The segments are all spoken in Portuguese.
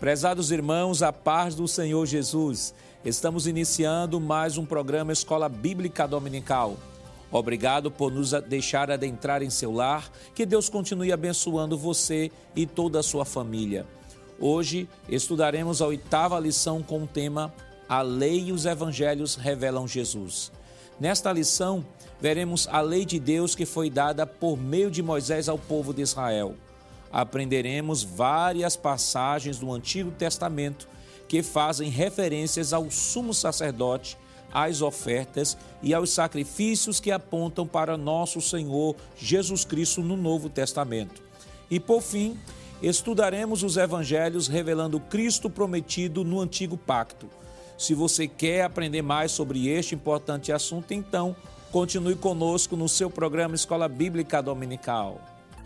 Prezados irmãos, a paz do Senhor Jesus. Estamos iniciando mais um programa Escola Bíblica Dominical. Obrigado por nos deixar adentrar em seu lar. Que Deus continue abençoando você e toda a sua família. Hoje estudaremos a 8ª lição com o tema A Lei e os Evangelhos revelam Jesus. Nesta lição, veremos a lei de Deus que foi dada por meio de Moisés ao povo de Israel. Aprenderemos várias passagens do Antigo Testamento que fazem referências ao sumo sacerdote, às ofertas e aos sacrifícios que apontam para nosso Senhor Jesus Cristo no Novo Testamento. E, por fim, estudaremos os evangelhos revelando Cristo prometido no Antigo Pacto. Se você quer aprender mais sobre este importante assunto, então continue conosco no seu programa Escola Bíblica Dominical.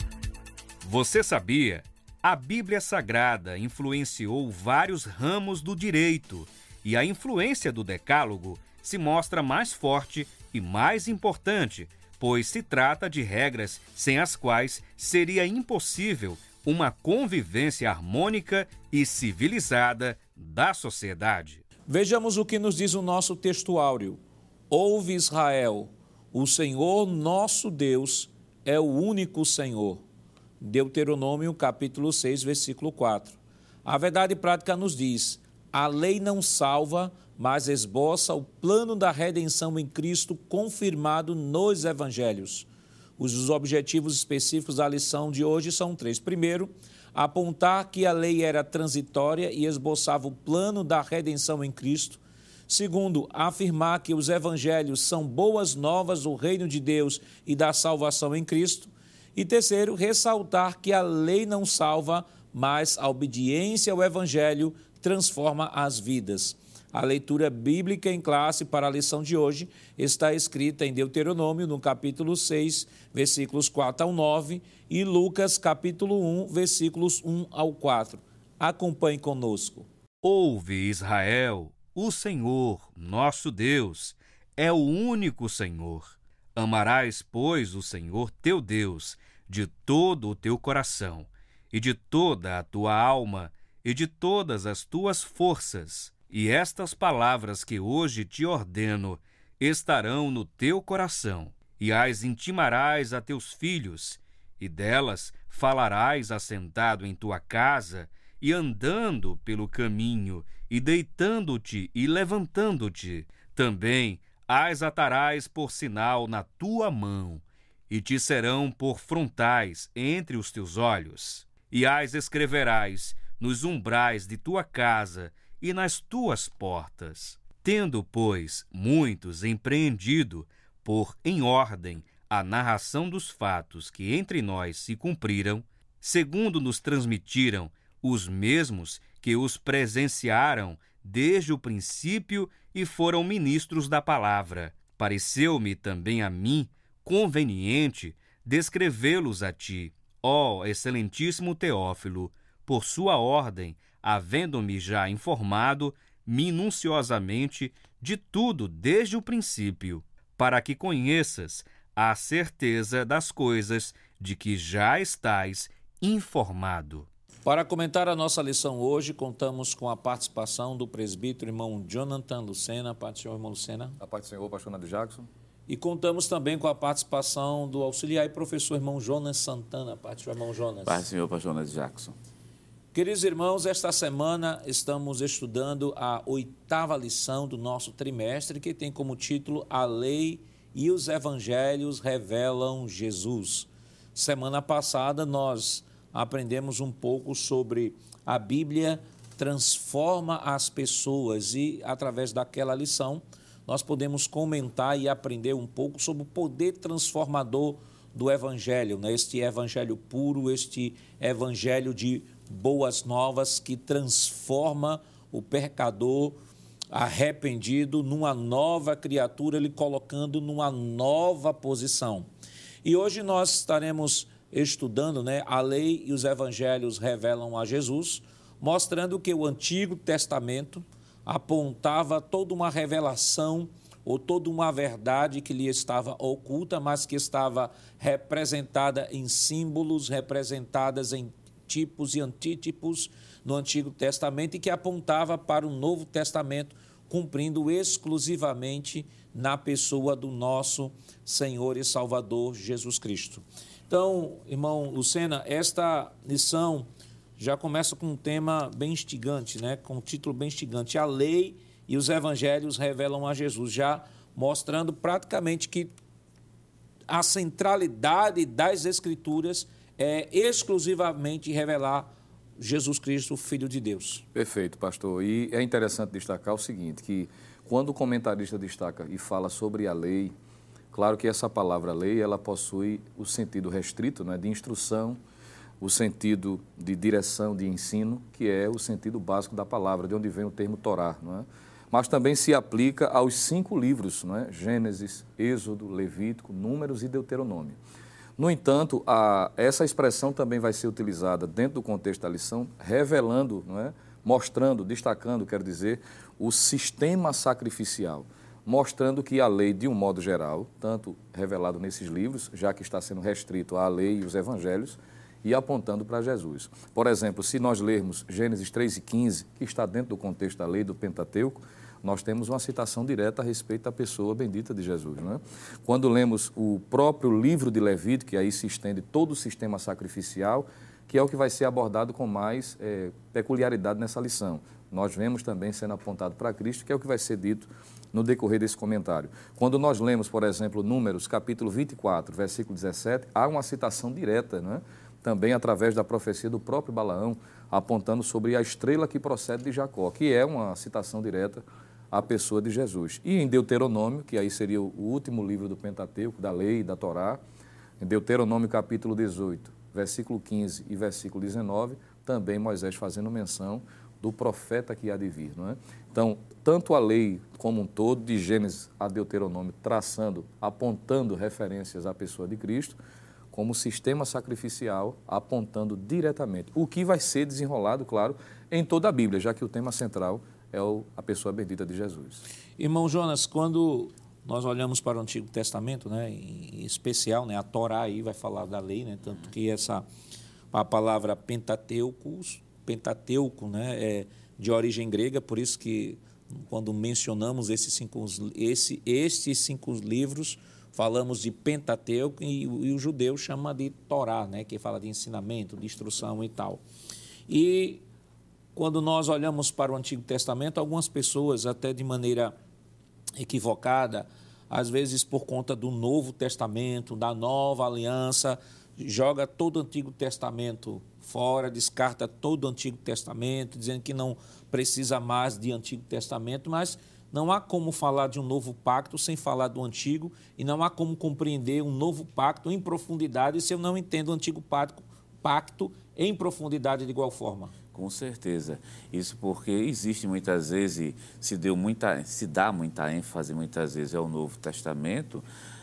Você sabia? A Bíblia Sagrada influenciou vários ramos do direito e a influência do Decálogo se mostra mais forte e mais importante, pois se trata de regras sem as quais seria impossível uma convivência harmônica e civilizada da sociedade. Vejamos o que nos diz o nosso texto áureo. Ouve Israel, o Senhor nosso Deus é o único Senhor. Deuteronômio capítulo 6, versículo 4. A verdade prática nos diz, a lei não salva, mas esboça o plano da redenção em Cristo confirmado nos evangelhos. Os objetivos específicos da lição de hoje são 3. Primeiro, apontar que a lei era transitória e esboçava o plano da redenção em Cristo. Segundo, afirmar que os evangelhos são boas novas do reino de Deus e da salvação em Cristo. E terceiro, ressaltar que a lei não salva, mas a obediência ao evangelho transforma as vidas. A leitura bíblica em classe para a lição de hoje está escrita em Deuteronômio, no capítulo 6, versículos 4 ao 9, e Lucas, capítulo 1, versículos 1 ao 4. Acompanhe conosco. Ouve, Israel, o Senhor, nosso Deus, é o único Senhor. Amarás, pois, o Senhor teu Deus de todo o teu coração, e de toda a tua alma, e de todas as tuas forças. E estas palavras que hoje te ordeno estarão no teu coração, e as intimarás a teus filhos, e delas falarás assentado em tua casa, e andando pelo caminho, e deitando-te e levantando-te. Também as atarás por sinal na tua mão, e te serão por frontais entre os teus olhos. E as escreverás nos umbrais de tua casa e nas tuas portas. Tendo, pois, muitos empreendido, por em ordem, a narração dos fatos que entre nós se cumpriram, segundo nos transmitiram os mesmos que os presenciaram desde o princípio e foram ministros da palavra, pareceu-me também a mim conveniente descrevê-los a ti, ó excelentíssimo Teófilo, por sua ordem, havendo-me já informado minuciosamente de tudo desde o princípio, para que conheças a certeza das coisas de que já estás informado. Para comentar a nossa lição hoje, contamos com a participação do presbítero irmão Jonathan Lucena. A paz do Senhor, irmão Lucena. A paz do Senhor, pastor Nando Jackson. E contamos também com a participação do auxiliar e professor irmão Jonas Santana. A paz do Senhor, irmão Jonas. Paz do Senhor, pastor Nando Jackson. Queridos irmãos, esta semana estamos estudando a 8ª lição do nosso trimestre, que tem como título A Lei e os Evangelhos revelam Jesus. Semana passada nós aprendemos um pouco sobre a Bíblia transforma as pessoas e, através daquela lição, nós podemos comentar e aprender um pouco sobre o poder transformador do Evangelho, né? Este Evangelho puro, este Evangelho de boas novas que transforma o pecador arrependido numa nova criatura, ele colocando numa nova posição. E hoje nós estaremos estudando, né, a lei e os evangelhos revelam a Jesus, mostrando que o Antigo Testamento apontava toda uma revelação ou toda uma verdade que lhe estava oculta, mas que estava representada em símbolos, representadas em tipos e antítipos no Antigo Testamento e que apontava para o Novo Testamento, cumprindo exclusivamente na pessoa do nosso Senhor e Salvador Jesus Cristo. Então, irmão Lucena, esta lição já começa com um tema bem instigante, né? Com um título bem instigante. A lei e os evangelhos revelam a Jesus, já mostrando praticamente que a centralidade das Escrituras é exclusivamente revelar Jesus Cristo, Filho de Deus. Perfeito, pastor. E é interessante destacar o seguinte, que quando o comentarista destaca e fala sobre a lei, claro que essa palavra lei, ela possui o sentido restrito, né, de instrução, o sentido de direção, de ensino, que é o sentido básico da palavra, de onde vem o termo Torá, não é? Mas também se aplica aos 5 livros, não é? Gênesis, Êxodo, Levítico, Números e Deuteronômio. No entanto, essa expressão também vai ser utilizada dentro do contexto da lição, revelando, não é? Mostrando, destacando, quero dizer, o sistema sacrificial, mostrando que a lei, de um modo geral, tanto revelado nesses livros, já que está sendo restrito à lei e os evangelhos, e apontando para Jesus. Por exemplo, se nós lermos Gênesis 3:15, que está dentro do contexto da lei do Pentateuco, nós temos uma citação direta a respeito da pessoa bendita de Jesus, não é? Quando lemos o próprio livro de Levítico, que aí se estende todo o sistema sacrificial, que é o que vai ser abordado com mais peculiaridade nessa lição. Nós vemos também sendo apontado para Cristo, que é o que vai ser dito no decorrer desse comentário. Quando nós lemos, por exemplo, Números, capítulo 24, versículo 17, há uma citação direta, não é? Também através da profecia do próprio Balaão, apontando sobre a estrela que procede de Jacó, que é uma citação direta à pessoa de Jesus. E em Deuteronômio, que aí seria o último livro do Pentateuco, da lei, da Torá, em Deuteronômio capítulo 18, versículo 15 e versículo 19, também Moisés fazendo menção do profeta que há de vir, não é? Então, tanto a lei como um todo, de Gênesis a Deuteronômio, traçando, apontando referências à pessoa de Cristo, como sistema sacrificial, apontando diretamente, o que vai ser desenrolado, claro, em toda a Bíblia, já que o tema central é a pessoa bendita de Jesus. Irmão Jonas, quando nós olhamos para o Antigo Testamento, né, em especial, né, a Torá aí vai falar da lei, né, tanto que a palavra Pentateuco, né, é de origem grega, por isso que quando mencionamos estes 5 livros, falamos de Pentateuco e o judeu chama de Torá, né, que fala de ensinamento, de instrução e tal. E quando nós olhamos para o Antigo Testamento, algumas pessoas, até de maneira equivocada, às vezes por conta do Novo Testamento, da Nova Aliança, joga todo o Antigo Testamento fora, descarta todo o Antigo Testamento, dizendo que não precisa mais de Antigo Testamento, mas não há como falar de um novo pacto sem falar do antigo, e não há como compreender um novo pacto em profundidade se eu não entendo o antigo pacto em profundidade de igual forma. Com certeza. Isso porque existe muitas vezes, se dá muita ênfase muitas vezes ao Novo Testamento,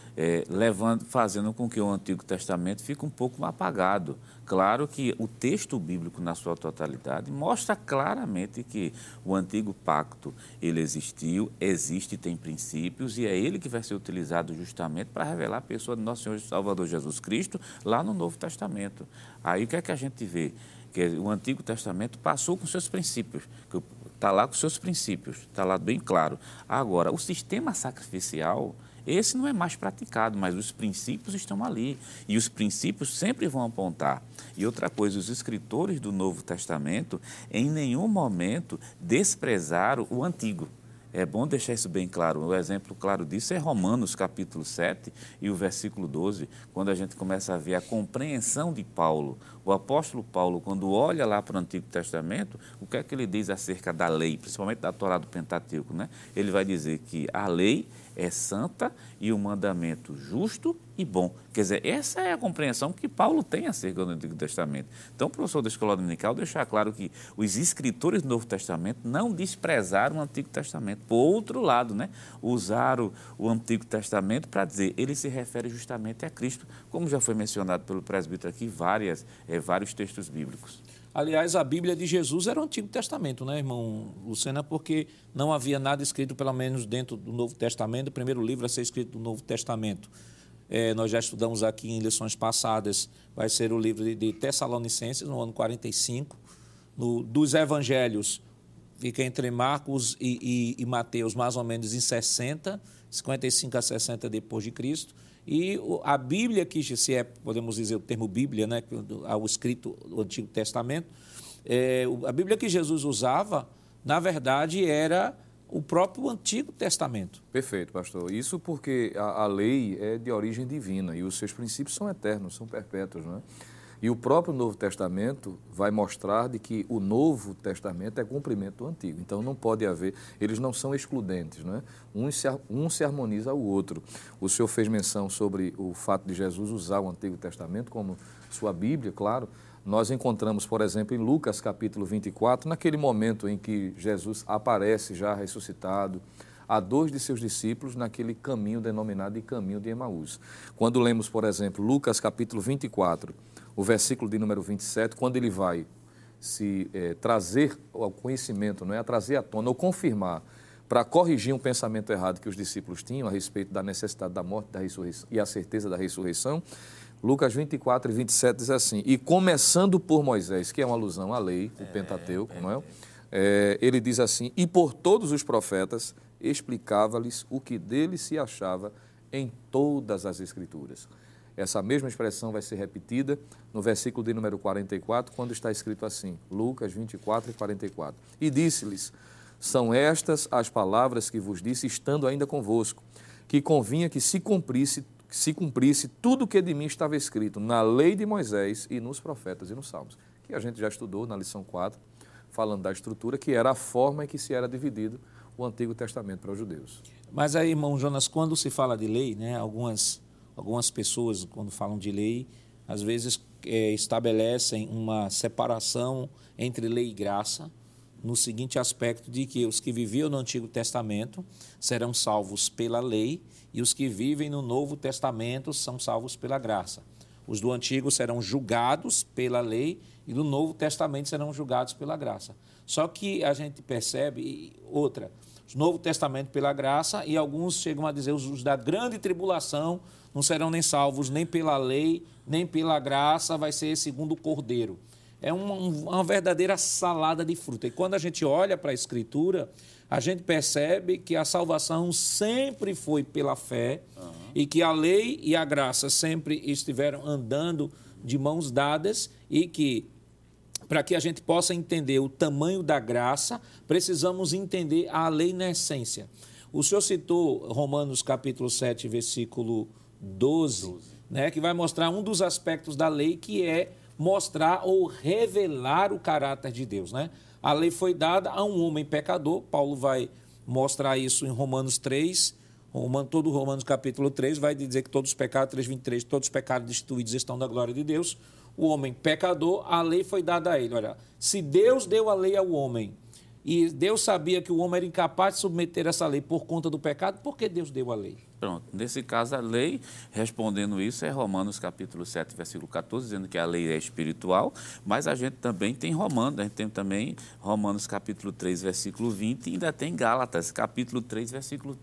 fazendo com que o Antigo Testamento fique um pouco apagado. Claro que o texto bíblico, na sua totalidade, mostra claramente que o Antigo Pacto, ele existiu, existe, tem princípios, e é ele que vai ser utilizado justamente para revelar a pessoa do nosso Senhor e Salvador Jesus Cristo lá no Novo Testamento. Aí o que é que a gente vê? Que o Antigo Testamento passou com seus princípios, está lá com seus princípios, está lá bem claro. Agora, o sistema sacrificial, esse não é mais praticado, mas os princípios estão ali. E os princípios sempre vão apontar. E outra coisa, os escritores do Novo Testamento, em nenhum momento desprezaram o Antigo. É bom deixar isso bem claro. O exemplo claro disso é Romanos, capítulo 7 e o versículo 12, quando a gente começa a ver a compreensão de Paulo. O apóstolo Paulo, quando olha lá para o Antigo Testamento, o que é que ele diz acerca da lei, principalmente da Torá do Pentateuco, né? Ele vai dizer que a lei é santa e o mandamento justo e bom. Quer dizer, essa é a compreensão que Paulo tem acerca do Antigo Testamento. Então, o professor da Escola Dominical deixar claro que os escritores do Novo Testamento não desprezaram o Antigo Testamento. Por outro lado, né, usaram o Antigo Testamento para dizer, ele se refere justamente a Cristo, como já foi mencionado pelo presbítero aqui, vários textos bíblicos. Aliás, a Bíblia de Jesus era o Antigo Testamento, né, irmão Lucena? Porque não havia nada escrito, pelo menos dentro do Novo Testamento, o primeiro livro a ser escrito do Novo Testamento. nós já estudamos aqui em lições passadas, vai ser o livro de Tessalonicenses, no ano 45, dos Evangelhos, fica entre Marcos e Mateus, mais ou menos em 55 a 60 depois de Cristo. E a Bíblia, que se podemos dizer o termo Bíblia, né, ao escrito do Antigo Testamento, a Bíblia que Jesus usava, na verdade, era o próprio Antigo Testamento. Perfeito, pastor. Isso porque a lei é de origem divina e os seus princípios são eternos, são perpétuos, não é? E o próprio Novo Testamento vai mostrar de que o Novo Testamento é cumprimento do Antigo. Então, não pode haver, eles não são excludentes, não é? Um se harmoniza ao outro. O senhor fez menção sobre o fato de Jesus usar o Antigo Testamento como sua Bíblia, claro. Nós encontramos, por exemplo, em Lucas capítulo 24, naquele momento em que Jesus aparece já ressuscitado a 2 de seus discípulos naquele caminho denominado de caminho de Emaús. Quando lemos, por exemplo, Lucas capítulo 24, o versículo de número 27, quando ele vai se trazer ao conhecimento, não é, a trazer à tona ou confirmar, para corrigir um pensamento errado que os discípulos tinham a respeito da necessidade da morte da ressurreição, e a certeza da ressurreição, Lucas 24 e 27 diz assim: e começando por Moisés, que é uma alusão à lei, o Pentateuco, não é? Ele diz assim: e por todos os profetas explicava-lhes o que dele se achava em todas as Escrituras. Essa mesma expressão vai ser repetida no versículo de número 44, quando está escrito assim, Lucas 24 e 44. E disse-lhes: são estas as palavras que vos disse, estando ainda convosco, que convinha que se cumprisse tudo o que de mim estava escrito na lei de Moisés e nos profetas e nos salmos, que a gente já estudou na lição 4, falando da estrutura, que era a forma em que se era dividido o Antigo Testamento para os judeus. Mas aí, irmão Jonas, quando se fala de lei, né, algumas pessoas, quando falam de lei, às vezes estabelecem uma separação entre lei e graça, no seguinte aspecto de que os que viviam no Antigo Testamento serão salvos pela lei e os que vivem no Novo Testamento são salvos pela graça. Os do Antigo serão julgados pela lei e do Novo Testamento serão julgados pela graça. Só que a gente percebe o Novo Testamento pela graça, e alguns chegam a dizer os da grande tribulação não serão nem salvos nem pela lei, nem pela graça, vai ser segundo o Cordeiro. É uma verdadeira salada de fruta. E quando a gente olha para a Escritura, a gente percebe que a salvação sempre foi pela fé e que a lei e a graça sempre estiveram andando de mãos dadas e que, para que a gente possa entender o tamanho da graça, precisamos entender a lei na essência. O senhor citou Romanos capítulo 7, versículo 12, né, que vai mostrar um dos aspectos da lei, que é mostrar ou revelar o caráter de Deus, né? A lei foi dada a um homem pecador, Paulo vai mostrar isso em Romanos 3, todo Romanos capítulo 3 vai dizer que todos os pecados, 3:23, todos os pecados destituídos estão da glória de Deus. O homem pecador, a lei foi dada a ele. Olha, se Deus deu a lei ao homem e Deus sabia que o homem era incapaz de submeter essa lei por conta do pecado, por que Deus deu a lei? Pronto, nesse caso a lei, respondendo isso, é Romanos capítulo 7, versículo 14, dizendo que a lei é espiritual, mas a gente também tem Romanos, a gente tem também Romanos capítulo 3, versículo 20, e ainda tem Gálatas, capítulo 3, versículo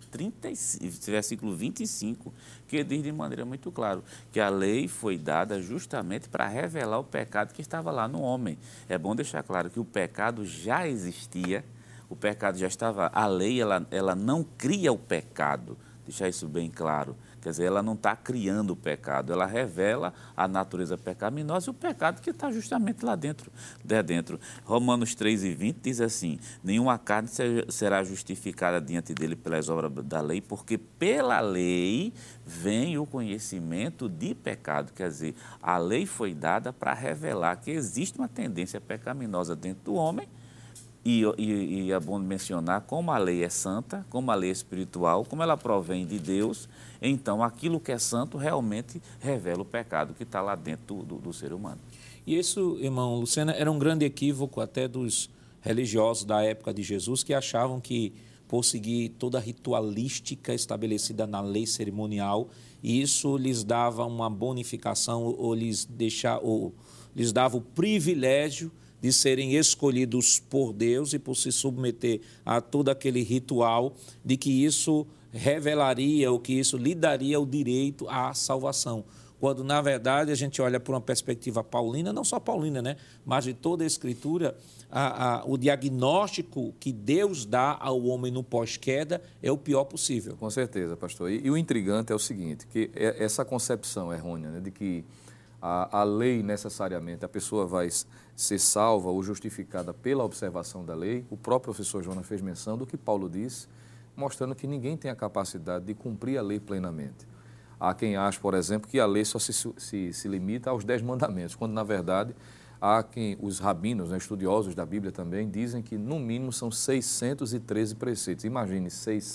25, que diz de maneira muito clara que a lei foi dada justamente para revelar o pecado que estava lá no homem. É bom deixar claro que o pecado já existia, o pecado já estava, a lei ela não cria o pecado, deixar isso bem claro. Quer dizer, ela não está criando o pecado, ela revela a natureza pecaminosa e o pecado que está justamente lá dentro. Romanos 3:20 diz assim: nenhuma carne será justificada diante dele pelas obras da lei, porque pela lei vem o conhecimento de pecado. Quer dizer, a lei foi dada para revelar que existe uma tendência pecaminosa dentro do homem. E é bom mencionar como a lei é santa, como a lei é espiritual, como ela provém de Deus, então aquilo que é santo realmente revela o pecado que está lá dentro do ser humano. E isso, irmão Lucena, era um grande equívoco até dos religiosos da época de Jesus, que achavam que, por seguir toda a ritualística estabelecida na lei cerimonial, isso lhes dava uma bonificação ou lhes dava o privilégio de serem escolhidos por Deus e por se submeter a todo aquele ritual, de que isso revelaria ou que isso lhe daria o direito à salvação. Quando, na verdade, a gente olha por uma perspectiva paulina, não só paulina, né, mas de toda a Escritura, o diagnóstico que Deus dá ao homem no pós-queda é o pior possível. Com certeza, pastor. E o intrigante é o seguinte, que essa concepção errônea, né, de que a lei necessariamente, a pessoa vai ser salva ou justificada pela observação da lei, o próprio professor Jonas fez menção do que Paulo disse, mostrando que ninguém tem a capacidade de cumprir a lei plenamente. Há quem ache, por exemplo, que a lei só se limita aos 10 mandamentos, quando, na verdade, há quem, os rabinos, né, estudiosos da Bíblia também, dizem que, no mínimo, são 613 preceitos. Imagine,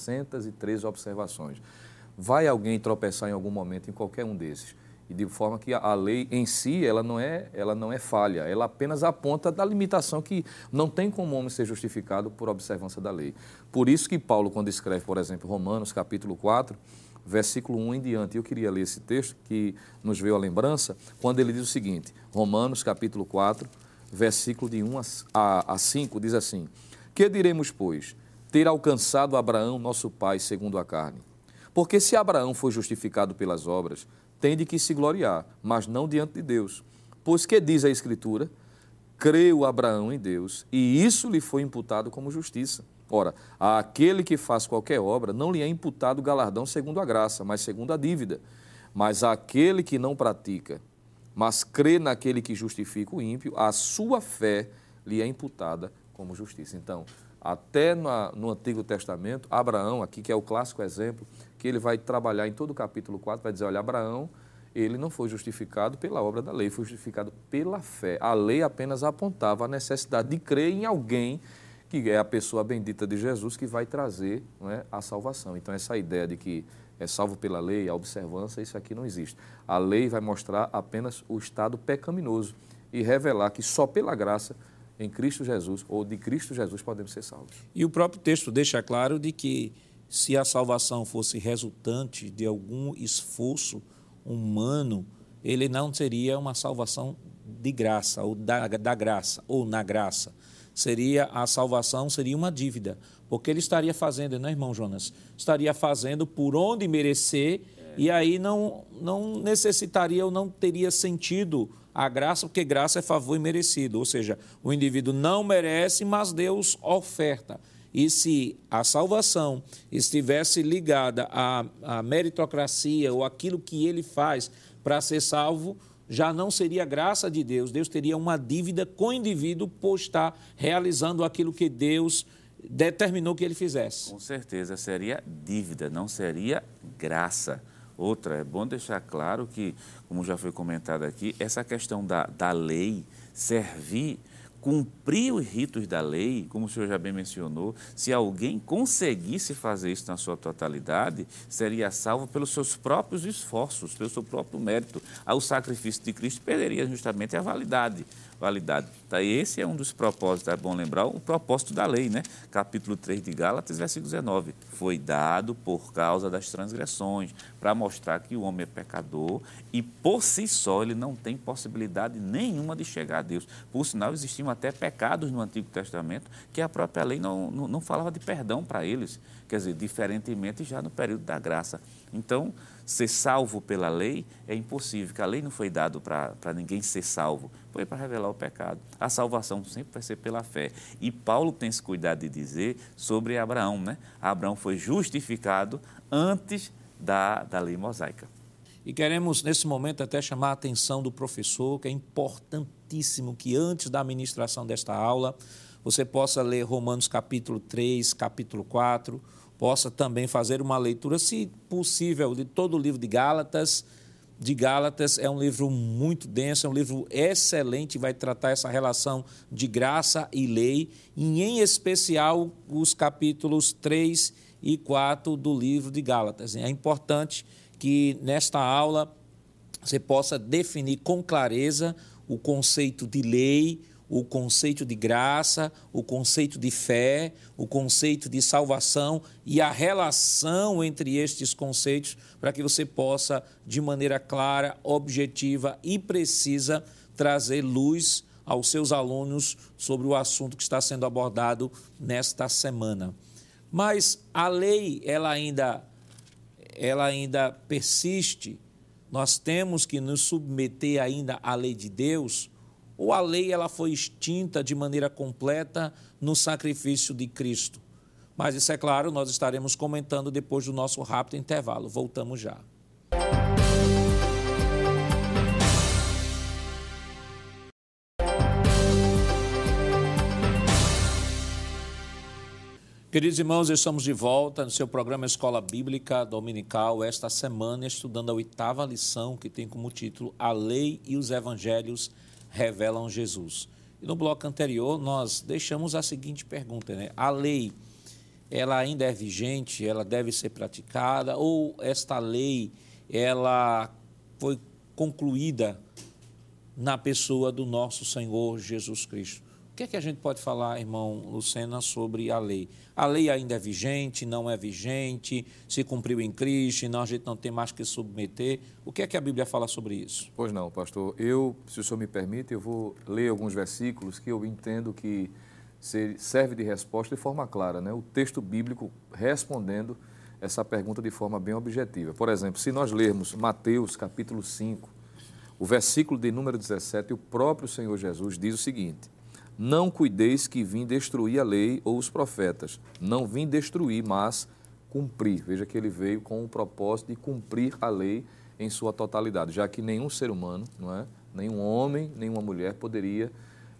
613 observações. Vai alguém tropeçar em algum momento em qualquer um desses? E de forma que a lei em si, ela não é falha, ela apenas aponta da limitação que não tem como o homem ser justificado por observância da lei. Por isso que Paulo, quando escreve, por exemplo, Romanos, capítulo 4, versículo 1 em diante. Eu queria ler esse texto que nos veio à lembrança, quando ele diz o seguinte, Romanos, capítulo 4, versículo de 1 a 5, diz assim: Que diremos, pois? Ter alcançado Abraão, nosso pai, segundo a carne. Porque se Abraão foi justificado pelas obras, tem de que se gloriar, mas não diante de Deus. Pois que diz a Escritura? Creu Abraão em Deus, e isso lhe foi imputado como justiça. Ora, àquele que faz qualquer obra, não lhe é imputado galardão segundo a graça, mas segundo a dívida. Mas àquele que não pratica, mas crê naquele que justifica o ímpio, a sua fé lhe é imputada como justiça. Então, até no Antigo Testamento, Abraão, aqui que é o clássico exemplo, que ele vai trabalhar em todo o capítulo 4, vai dizer, olha, Abraão, ele não foi justificado pela obra da lei, foi justificado pela fé. A lei apenas apontava a necessidade de crer em alguém que é a pessoa bendita de Jesus que vai trazer, não é, a salvação. Então, essa ideia de que é salvo pela lei, a observância, isso aqui não existe. A lei vai mostrar apenas o estado pecaminoso e revelar que só pela graça em Cristo Jesus ou de Cristo Jesus podemos ser salvos. E o próprio texto deixa claro de que se a salvação fosse resultante de algum esforço humano, ele não seria uma salvação de graça ou da graça ou na graça. A salvação seria uma dívida, porque ele estaria fazendo, não é, irmão Jonas? Estaria fazendo por onde merecer e aí não necessitaria ou não teria sentido a graça, porque graça é favor imerecido, ou seja, o indivíduo não merece, mas Deus oferta. E se a salvação estivesse ligada à meritocracia ou aquilo que ele faz para ser salvo, já não seria graça de Deus, Deus teria uma dívida com o indivíduo por estar realizando aquilo que Deus determinou que ele fizesse. Com certeza, seria dívida, não seria graça. Outra, é bom deixar claro que, como já foi comentado aqui, essa questão da lei servir, cumprir os ritos da lei, como o senhor já bem mencionou, se alguém conseguisse fazer isso na sua totalidade, seria salvo pelos seus próprios esforços, pelo seu próprio mérito. O sacrifício de Cristo perderia justamente a validade. Tá, esse é um dos propósitos, é bom lembrar, o propósito da lei, né? Capítulo 3 de Gálatas, versículo 19. Foi dado por causa das transgressões, para mostrar que o homem é pecador e, por si só, ele não tem possibilidade nenhuma de chegar a Deus. Por sinal, existiam até pecados no Antigo Testamento que a própria lei não falava de perdão para eles. Quer dizer, diferentemente já no período da graça. Então, ser salvo pela lei é impossível, porque a lei não foi dada para ninguém ser salvo, foi para revelar o pecado. A salvação sempre vai ser pela fé. E Paulo tem esse cuidado de dizer sobre Abraão, né? Abraão foi justificado antes da lei mosaica. E queremos, nesse momento, até chamar a atenção do professor, que é importantíssimo que antes da ministração desta aula, você possa ler Romanos capítulo 3, capítulo 4, possa também fazer uma leitura, se possível, de todo o livro de Gálatas. É um livro muito denso, é um livro excelente, vai tratar essa relação de graça e lei, e em especial os capítulos 3 e 4 do livro de Gálatas. É importante que nesta aula você possa definir com clareza o conceito de lei, o conceito de graça, o conceito de fé, o conceito de salvação e a relação entre estes conceitos para que você possa, de maneira clara, objetiva e precisa, trazer luz aos seus alunos sobre o assunto que está sendo abordado nesta semana. Mas a lei, ela ainda persiste. Nós temos que nos submeter ainda à lei de Deus, ou a lei ela foi extinta de maneira completa no sacrifício de Cristo? Mas isso é claro, nós estaremos comentando depois do nosso rápido intervalo. Voltamos já. Queridos irmãos, estamos de volta no seu programa Escola Bíblica Dominical, esta semana estudando a 8ª lição, que tem como título A Lei e os Evangelhos Revelam Jesus. E no bloco anterior nós deixamos a seguinte pergunta, né? A lei, ela ainda é vigente, ela deve ser praticada, ou esta lei, ela foi concluída na pessoa do nosso Senhor Jesus Cristo? O que é que a gente pode falar, irmão Lucena, sobre a lei? A lei ainda é vigente, não é vigente, se cumpriu em Cristo, não, a gente não tem mais que submeter. O que é que a Bíblia fala sobre isso? Pois não, pastor. Se o senhor me permite, eu vou ler alguns versículos que eu entendo que serve de resposta de forma clara, né? O texto bíblico respondendo essa pergunta de forma bem objetiva. Por exemplo, se nós lermos Mateus capítulo 5, o versículo de número 17, o próprio Senhor Jesus diz o seguinte: não cuideis que vim destruir a lei ou os profetas. Não vim destruir, mas cumprir. Veja que ele veio com o propósito de cumprir a lei em sua totalidade, já que nenhum ser humano, não é? Nenhum homem, nenhuma mulher poderia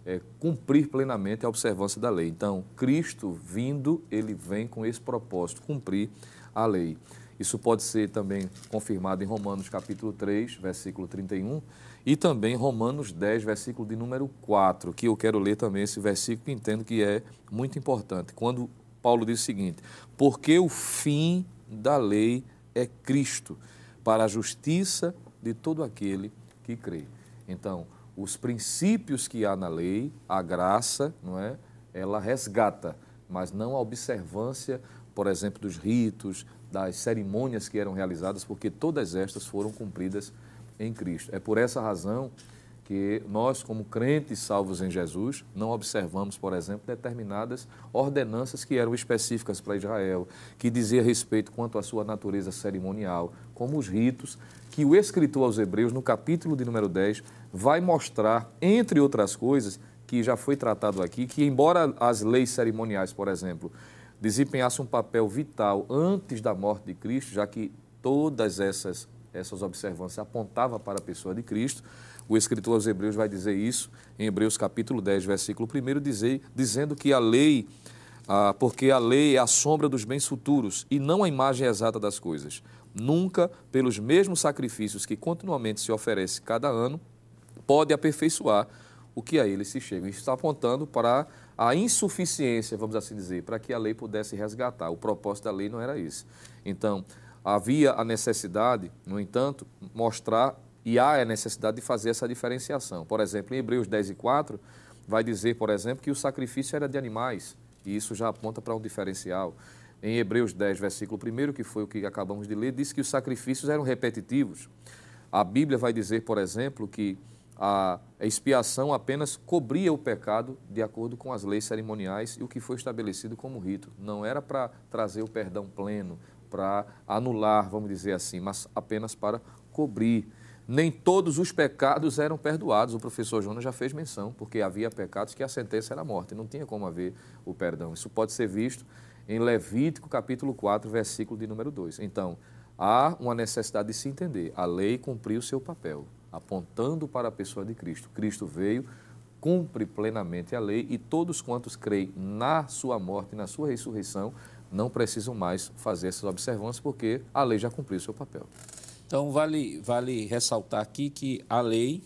cumprir plenamente a observância da lei. Então, Cristo vindo, ele vem com esse propósito, cumprir a lei. Isso pode ser também confirmado em Romanos capítulo 3, versículo 31, e também Romanos 10, versículo de número 4, que eu quero ler também esse versículo que entendo que é muito importante. Quando Paulo diz o seguinte: porque o fim da lei é Cristo, para a justiça de todo aquele que crê. Então, os princípios que há na lei, a graça, não é? Ela resgata, mas não a observância, por exemplo, dos ritos, das cerimônias que eram realizadas, porque todas estas foram cumpridas em Cristo. É por essa razão que nós, como crentes salvos em Jesus, não observamos, por exemplo, determinadas ordenanças que eram específicas para Israel, que dizia respeito quanto à sua natureza cerimonial, como os ritos, que o escritor aos Hebreus, no capítulo de número 10, vai mostrar, entre outras coisas, que já foi tratado aqui, que embora as leis cerimoniais, por exemplo, desempenhassem um papel vital antes da morte de Cristo, já que todas essas observâncias apontavam para a pessoa de Cristo, o escritor aos Hebreus vai dizer isso, em Hebreus capítulo 10, versículo 1, dizendo que a lei, porque a lei é a sombra dos bens futuros e não a imagem exata das coisas. Nunca, pelos mesmos sacrifícios que continuamente se oferece cada ano, pode aperfeiçoar o que a ele se chega. Isso está apontando para a insuficiência, vamos assim dizer, para que a lei pudesse resgatar. O propósito da lei não era esse. Então, havia a necessidade, no entanto, mostrar, e há a necessidade de fazer essa diferenciação. Por exemplo, em Hebreus 10 e 4, vai dizer, por exemplo, que o sacrifício era de animais, e isso já aponta para um diferencial. Em Hebreus 10, versículo 1, que foi o que acabamos de ler, diz que os sacrifícios eram repetitivos. A Bíblia vai dizer, por exemplo, que a expiação apenas cobria o pecado de acordo com as leis cerimoniais e o que foi estabelecido como rito. Não era para trazer o perdão pleno, para anular, vamos dizer assim, mas apenas para cobrir. Nem todos os pecados eram perdoados. O professor Jonas já fez menção, porque havia pecados que a sentença era a morte, não tinha como haver o perdão. Isso pode ser visto em Levítico capítulo 4, versículo de número 2. Então, há uma necessidade de se entender. A lei cumpriu o seu papel, apontando para a pessoa de Cristo. Cristo veio, cumpre plenamente a lei e todos quantos creem na sua morte e na sua ressurreição não precisam mais fazer essas observâncias porque a lei já cumpriu o seu papel. Então, vale ressaltar aqui que a lei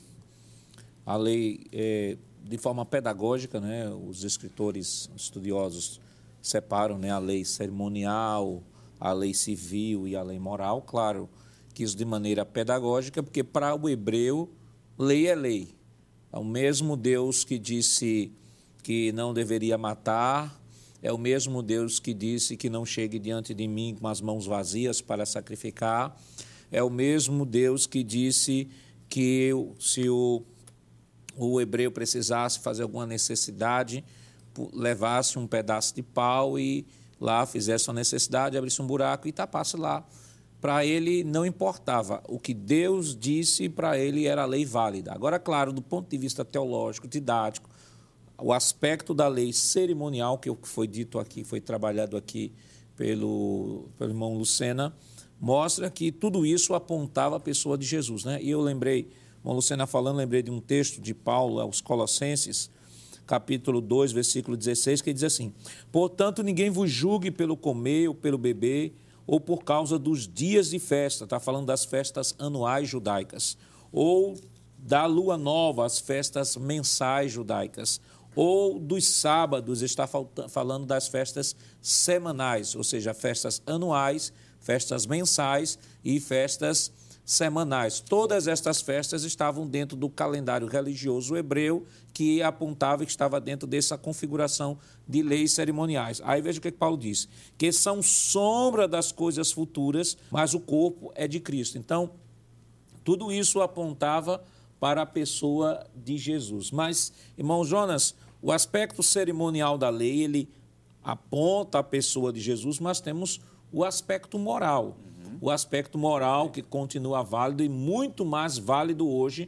de forma pedagógica, né, os escritores estudiosos separam, né, a lei cerimonial, a lei civil e a lei moral. Claro que isso de maneira pedagógica, porque para o hebreu, lei é lei. É o mesmo Deus que disse que não deveria matar, é o mesmo Deus que disse que não chegue diante de mim com as mãos vazias para sacrificar, é o mesmo Deus que disse que se o o hebreu precisasse fazer alguma necessidade, levasse um pedaço de pau e lá fizesse uma necessidade, abrisse um buraco e tapasse lá. Para ele não importava. O que Deus disse, para ele era a lei válida. Agora, claro, do ponto de vista teológico, didático, o aspecto da lei cerimonial, que foi dito aqui, foi trabalhado aqui pelo irmão Lucena, mostra que tudo isso apontava a pessoa de Jesus, né? E eu lembrei, irmão Lucena falando, lembrei de um texto de Paulo aos Colossenses, capítulo 2, versículo 16, que diz assim: portanto, ninguém vos julgue pelo comer ou pelo beber, ou por causa dos dias de festa, está falando das festas anuais judaicas, ou da lua nova, as festas mensais judaicas, ou dos sábados, está falando das festas semanais, ou seja, festas anuais, festas mensais e festas semanais. Todas estas festas estavam dentro do calendário religioso hebreu, que apontava que estava dentro dessa configuração de leis cerimoniais. Aí veja o que Paulo diz, que são sombra das coisas futuras, mas o corpo é de Cristo. Então, tudo isso apontava para a pessoa de Jesus. Mas, irmão Jonas, o aspecto cerimonial da lei, ele aponta a pessoa de Jesus, mas temos o aspecto moral. O aspecto moral que continua válido e muito mais válido hoje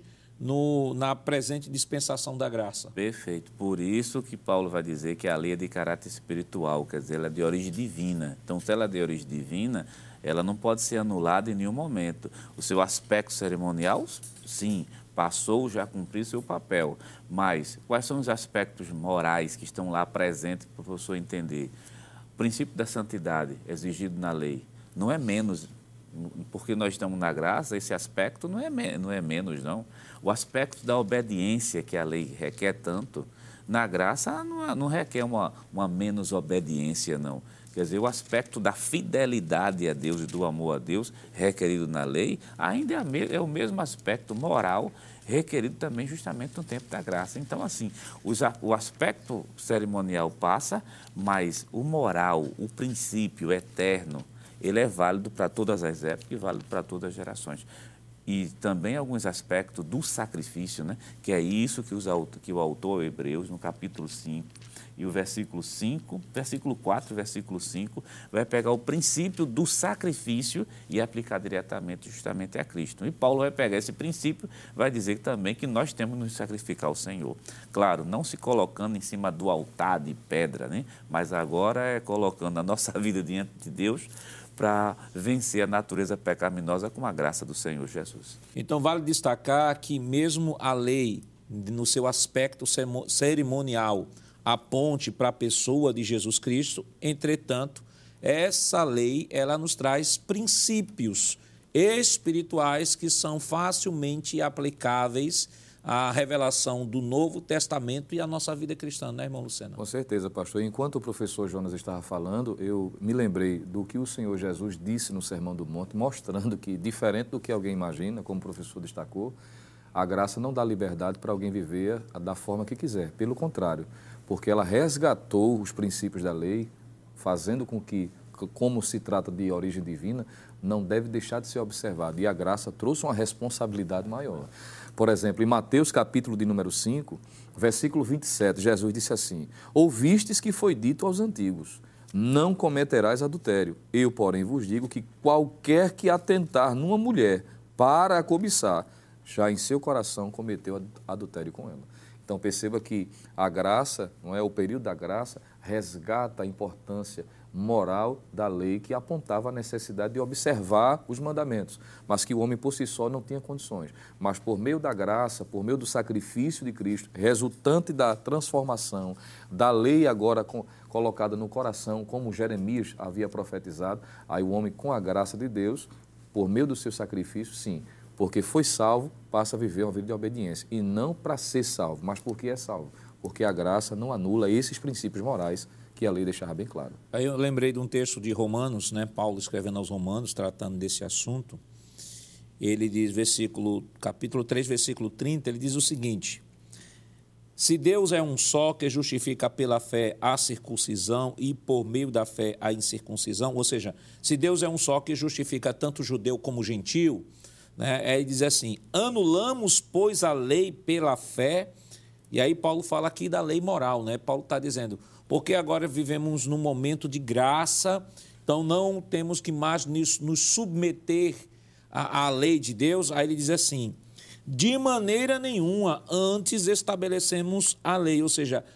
na presente dispensação da graça. Perfeito. Por isso que Paulo vai dizer que a lei é de caráter espiritual, quer dizer, ela é de origem divina. Então, se ela é de origem divina, ela não pode ser anulada em nenhum momento. O seu aspecto cerimonial, sim, passou, já cumpriu seu papel. Mas quais são os aspectos morais que estão lá presentes para o professor entender? O princípio da santidade exigido na lei não é menos, porque nós estamos na graça, esse aspecto não é menos, não. O aspecto da obediência que a lei requer tanto, na graça não requer uma menos obediência, não. Quer dizer, o aspecto da fidelidade a Deus e do amor a Deus requerido na lei ainda é o mesmo aspecto moral requerido também justamente no tempo da graça. Então, assim, o aspecto cerimonial passa, mas o moral, o princípio eterno, ele é válido para todas as épocas e válido para todas as gerações. E também alguns aspectos do sacrifício, né? Que é isso que o autor Hebreus, no capítulo 5, e o versículo 4 e versículo 5, vai pegar o princípio do sacrifício e aplicar diretamente, justamente a Cristo. E Paulo vai pegar esse princípio, vai dizer também que nós temos que nos sacrificar ao Senhor. Claro, não se colocando em cima do altar de pedra, né? Mas agora é colocando a nossa vida diante de Deus, para vencer a natureza pecaminosa com a graça do Senhor Jesus. Então, vale destacar que mesmo a lei, no seu aspecto cerimonial, aponte para a pessoa de Jesus Cristo, entretanto, essa lei, ela nos traz princípios espirituais que são facilmente aplicáveis à revelação do Novo Testamento e à nossa vida cristã, né, irmão Lucena? Com certeza, pastor. Enquanto o professor Jonas estava falando, eu me lembrei do que o Senhor Jesus disse no Sermão do Monte, mostrando que, diferente do que alguém imagina, como o professor destacou, a graça não dá liberdade para alguém viver da forma que quiser. Pelo contrário, porque ela resgatou os princípios da lei, fazendo com que, como se trata de origem divina, não deve deixar de ser observado. E a graça trouxe uma responsabilidade maior. Por exemplo, em Mateus capítulo de número 5, versículo 27, Jesus disse assim: ouvistes que foi dito aos antigos, não cometerás adultério. Eu, porém, vos digo que qualquer que atentar numa mulher para a cobiçar, já em seu coração cometeu adultério com ela. Então perceba que a graça, não é, o período da graça, resgata a importância moral da lei que apontava a necessidade de observar os mandamentos, mas que o homem por si só não tinha condições. Mas por meio da graça, por meio do sacrifício de Cristo, resultante da transformação, da lei agora colocada no coração, como Jeremias havia profetizado, aí o homem com a graça de Deus, por meio do seu sacrifício, sim, porque foi salvo, passa a viver uma vida de obediência. E não para ser salvo, mas porque é salvo. Porque a graça não anula esses princípios morais que a lei deixava bem claro. Aí eu lembrei de um texto de Romanos, né? Paulo escrevendo aos Romanos, tratando desse assunto. Ele diz, capítulo 3, versículo 30, ele diz o seguinte: se Deus é um só que justifica pela fé a circuncisão e por meio da fé a incircuncisão, ou seja, se Deus é um só que justifica tanto judeu como gentio, né? Aí diz assim, anulamos, pois, a lei pela fé. E aí Paulo fala aqui da lei moral, né? Paulo está dizendo, porque agora vivemos num momento de graça, então não temos que mais nos submeter à lei de Deus. Aí ele diz assim, de maneira nenhuma, antes estabelecemos a lei, ou seja,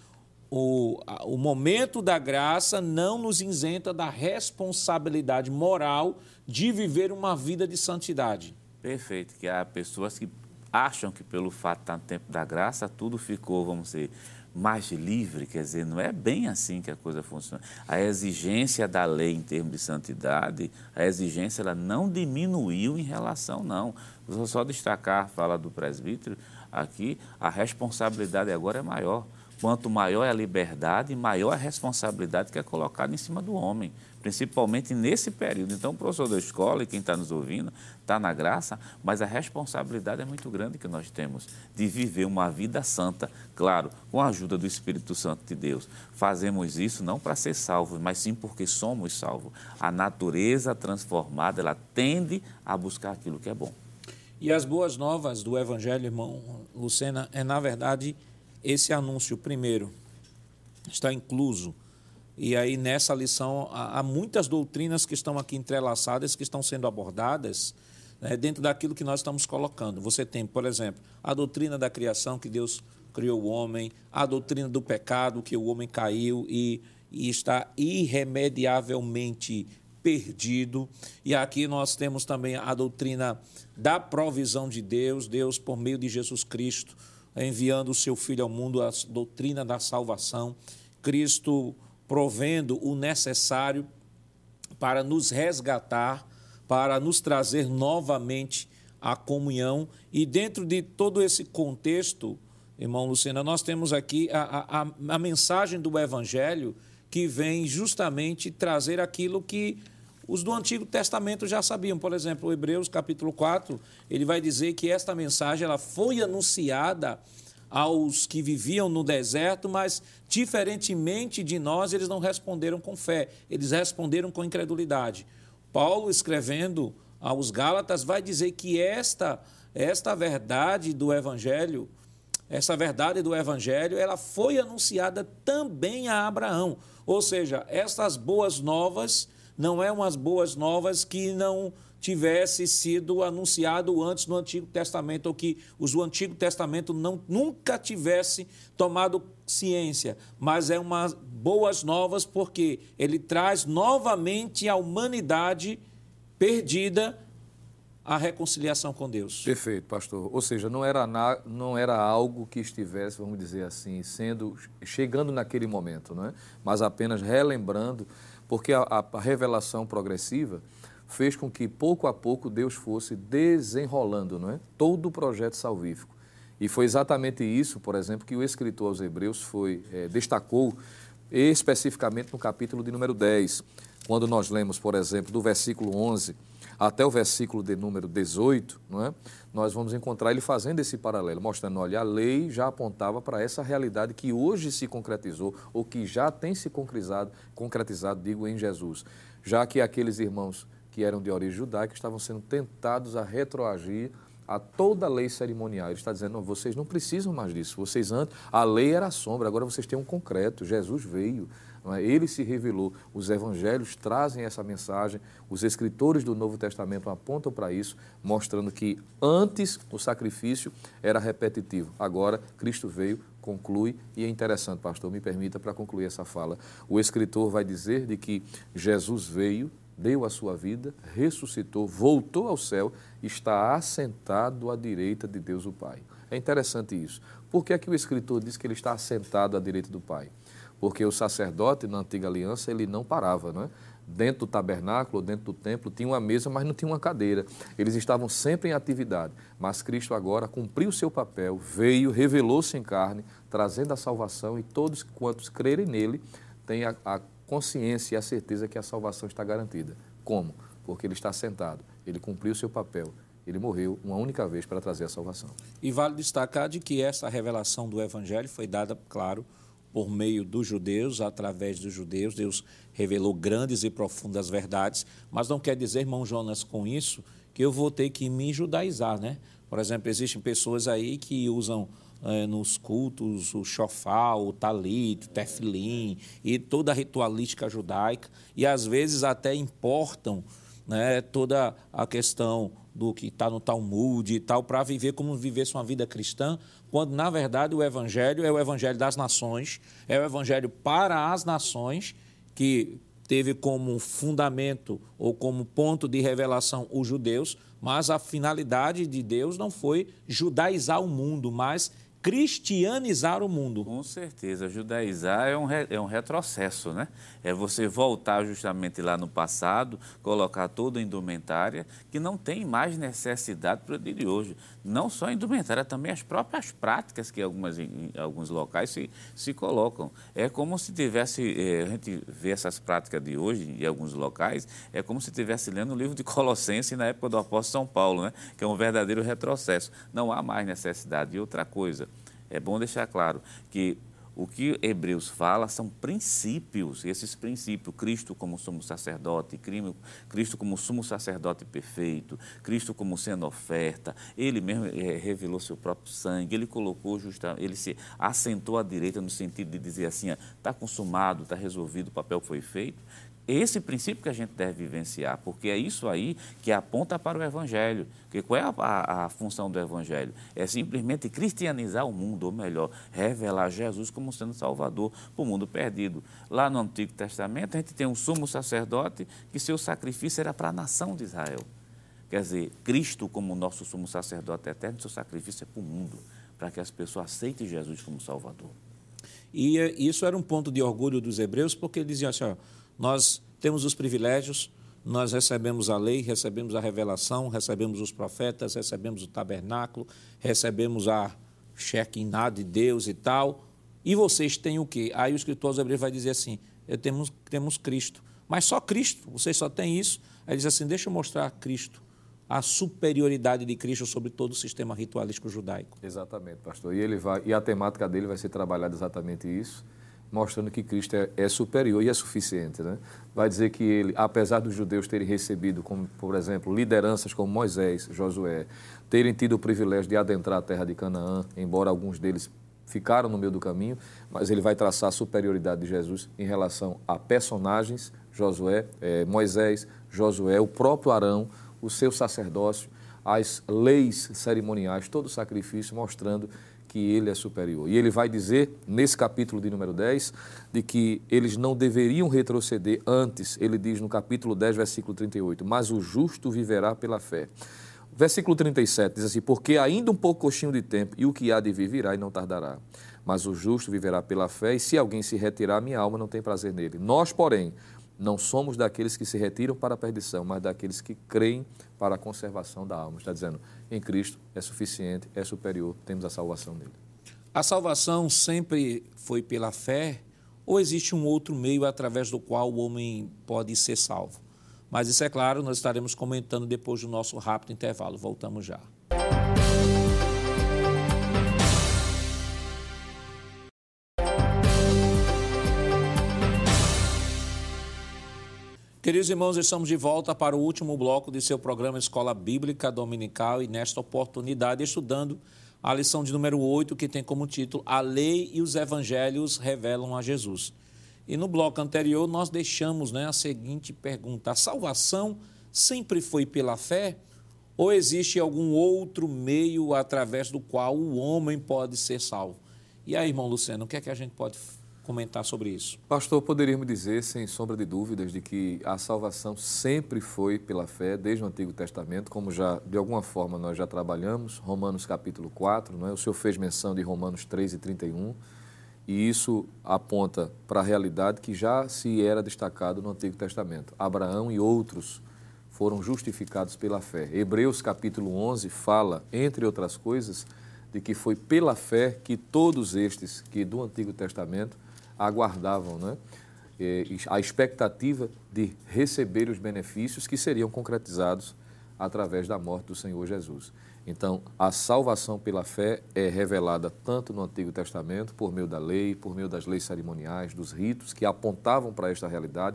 o momento da graça não nos isenta da responsabilidade moral de viver uma vida de santidade. Perfeito, que há pessoas que acham que pelo fato de estar no tempo da graça, tudo ficou, vamos dizer, mais livre, quer dizer, não é bem assim que a coisa funciona. A exigência da lei em termos de santidade, a exigência ela não diminuiu em relação, não. Vou só destacar a fala do presbítero aqui, a responsabilidade agora é maior. Quanto maior é a liberdade, maior a responsabilidade que é colocada em cima do homem, principalmente nesse período. Então, o professor da escola e quem está nos ouvindo está na graça, mas a responsabilidade é muito grande que nós temos de viver uma vida santa, claro, com a ajuda do Espírito Santo de Deus. Fazemos isso não para ser salvos, mas sim porque somos salvos. A natureza transformada, ela tende a buscar aquilo que é bom. E as boas novas do Evangelho, irmão Lucena, é, na verdade, esse anúncio, primeiro, está incluso. E aí, nessa lição, há muitas doutrinas que estão aqui entrelaçadas, que estão sendo abordadas, né, dentro daquilo que nós estamos colocando. Você tem, por exemplo, a doutrina da criação, que Deus criou o homem, a doutrina do pecado, que o homem caiu e está irremediavelmente perdido. E aqui nós temos também a doutrina da provisão de Deus, Deus, por meio de Jesus Cristo, enviando o seu Filho ao mundo, a doutrina da salvação, Cristo provendo o necessário para nos resgatar, para nos trazer novamente à comunhão. E dentro de todo esse contexto, irmão Lucena, nós temos aqui a mensagem do Evangelho que vem justamente trazer aquilo que os do Antigo Testamento já sabiam. Por exemplo, Hebreus capítulo 4, ele vai dizer que esta mensagem ela foi anunciada aos que viviam no deserto, mas, diferentemente de nós, eles não responderam com fé, eles responderam com incredulidade. Paulo, escrevendo aos Gálatas, vai dizer que esta verdade do Evangelho, ela foi anunciada também a Abraão. Ou seja, essas boas novas não é umas boas novas que não tivesse sido anunciado antes no Antigo Testamento, ou que os do Antigo Testamento nunca tivesse tomado ciência, mas é umas boas novas porque ele traz novamente a humanidade perdida a reconciliação com Deus. Perfeito, pastor. Ou seja, não era algo que estivesse, vamos dizer assim, chegando naquele momento, não é? Mas apenas relembrando, porque a revelação progressiva fez com que, pouco a pouco, Deus fosse desenrolando, não é? Todo o projeto salvífico. E foi exatamente isso, por exemplo, que o escritor aos Hebreus destacou especificamente no capítulo de número 10, quando nós lemos, por exemplo, do versículo 11 até o versículo de número 18, não é? Nós vamos encontrar ele fazendo esse paralelo, mostrando, olha, a lei já apontava para essa realidade que hoje se concretizou, ou que já tem se concretizado, digo, em Jesus, já que aqueles irmãos que eram de origem judaica estavam sendo tentados a retroagir a toda a lei cerimonial. Ele está dizendo, não, vocês não precisam mais disso, vocês antes, a lei era a sombra, agora vocês têm um concreto, Jesus veio, não é? Ele se revelou, os evangelhos trazem essa mensagem, os escritores do Novo Testamento apontam para isso, mostrando que antes o sacrifício era repetitivo, agora Cristo veio, conclui, e é interessante, pastor, me permita para concluir essa fala, o escritor vai dizer de que Jesus veio, deu a sua vida, ressuscitou, voltou ao céu, está assentado à direita de Deus o Pai. É interessante isso. Por que é que o escritor diz que ele está assentado à direita do Pai? Porque o sacerdote, na antiga aliança, ele não parava, não é? Dentro do tabernáculo, dentro do templo, tinha uma mesa, mas não tinha uma cadeira. Eles estavam sempre em atividade. Mas Cristo agora cumpriu o seu papel, veio, revelou-se em carne, trazendo a salvação, e todos quantos crerem nele têm a consciência e a certeza que a salvação está garantida. Como? Porque ele está sentado, ele cumpriu o seu papel, ele morreu uma única vez para trazer a salvação. E vale destacar de que essa revelação do Evangelho foi dada, claro, por meio dos judeus, através dos judeus. Deus revelou grandes e profundas verdades, mas não quer dizer, irmão Jonas, com isso, que eu vou ter que me judaizar, né? Por exemplo, existem pessoas aí que usam nos cultos o shofar, o talit, o tefilim e toda a ritualística judaica, e às vezes até importam, né, toda a questão do que está no Talmud e tal, para viver como vivesse uma vida cristã, quando, na verdade, o Evangelho é o Evangelho das nações, é o Evangelho para as nações, que teve como fundamento ou como ponto de revelação os judeus, mas a finalidade de Deus não foi judaizar o mundo, mas cristianizar o mundo. Com certeza, judaizar é um retrocesso, né? É você voltar justamente lá no passado, colocar toda a indumentária, que não tem mais necessidade para o dia de hoje. Não só a indumentária, também as próprias práticas que em alguns locais se colocam. É como se tivesse, a gente vê essas práticas de hoje em alguns locais, é como se estivesse lendo o livro de Colossenses na época do apóstolo São Paulo, né? Que é um verdadeiro retrocesso. Não há mais necessidade. E outra coisa, é bom deixar claro que o que Hebreus fala são princípios, esses princípios, Cristo como sumo sacerdote, Cristo como sumo sacerdote perfeito, Cristo como sendo oferta, Ele mesmo revelou seu próprio sangue, Ele colocou Ele se assentou à direita no sentido de dizer assim, está consumado, está resolvido, o papel foi feito. Esse princípio que a gente deve vivenciar, porque é isso aí que aponta para o Evangelho. Porque qual é a função do Evangelho? É simplesmente cristianizar o mundo, ou melhor, revelar Jesus como sendo Salvador para o mundo perdido. Lá no Antigo Testamento, a gente tem um sumo sacerdote que seu sacrifício era para a nação de Israel. Quer dizer, Cristo como nosso sumo sacerdote eterno, seu sacrifício é para o mundo, para que as pessoas aceitem Jesus como Salvador. E isso era um ponto de orgulho dos hebreus, porque eles diziam assim, nós temos os privilégios, nós recebemos a lei, recebemos a revelação, recebemos os profetas, recebemos o tabernáculo, recebemos a Shekinah de Deus e tal, e vocês têm o quê? Aí o escritor aos hebreus vai dizer assim, temos Cristo, mas só Cristo, vocês só têm isso. Aí ele diz assim, deixa eu mostrar Cristo, a superioridade de Cristo sobre todo o sistema ritualístico judaico. Exatamente, pastor. E a temática dele vai ser trabalhada exatamente isso, mostrando que Cristo é superior e é suficiente, né? Vai dizer que ele, apesar dos judeus terem recebido, como, por exemplo, lideranças como Moisés, Josué, terem tido o privilégio de adentrar a terra de Canaã, embora alguns deles ficaram no meio do caminho, mas ele vai traçar a superioridade de Jesus em relação a personagens, Moisés, Josué, o próprio Arão, o seu sacerdócio, as leis cerimoniais, todo o sacrifício, mostrando que ele é superior. E ele vai dizer, nesse capítulo de número 10, de que eles não deveriam retroceder antes. Ele diz no capítulo 10, versículo 38, mas o justo viverá pela fé. Versículo 37 diz assim, porque ainda um pouquinho de tempo, e o que há de vir virá e não tardará. Mas o justo viverá pela fé, e se alguém se retirar, minha alma não tem prazer nele. Nós, porém, não somos daqueles que se retiram para a perdição, mas daqueles que creem para a conservação da alma. Está dizendo, em Cristo é suficiente, é superior, temos a salvação dele. A salvação sempre foi pela fé ou existe um outro meio através do qual o homem pode ser salvo? Mas isso é claro, nós estaremos comentando depois do nosso rápido intervalo. Voltamos já. Queridos irmãos, estamos de volta para o último bloco de seu programa Escola Bíblica Dominical e nesta oportunidade estudando a lição de número 8, que tem como título A Lei e os Evangelhos Revelam a Jesus. E no bloco anterior nós deixamos a seguinte pergunta, a salvação sempre foi pela fé ou existe algum outro meio através do qual o homem pode ser salvo? E aí, irmão Luciano, o que é que a gente pode comentar sobre isso? Pastor, poderíamos dizer, sem sombra de dúvidas, de que a salvação sempre foi pela fé, desde o Antigo Testamento, como já, de alguma forma, nós já trabalhamos, Romanos capítulo 4, o senhor fez menção de Romanos 3 e 31, e isso aponta para a realidade que já se era destacado no Antigo Testamento. Abraão e outros foram justificados pela fé. Hebreus capítulo 11 fala, entre outras coisas, de que foi pela fé que todos estes que do Antigo Testamento aguardavam, a expectativa de receber os benefícios que seriam concretizados através da morte do Senhor Jesus. Então, a salvação pela fé é revelada tanto no Antigo Testamento, por meio da lei, por meio das leis cerimoniais, dos ritos que apontavam para esta realidade,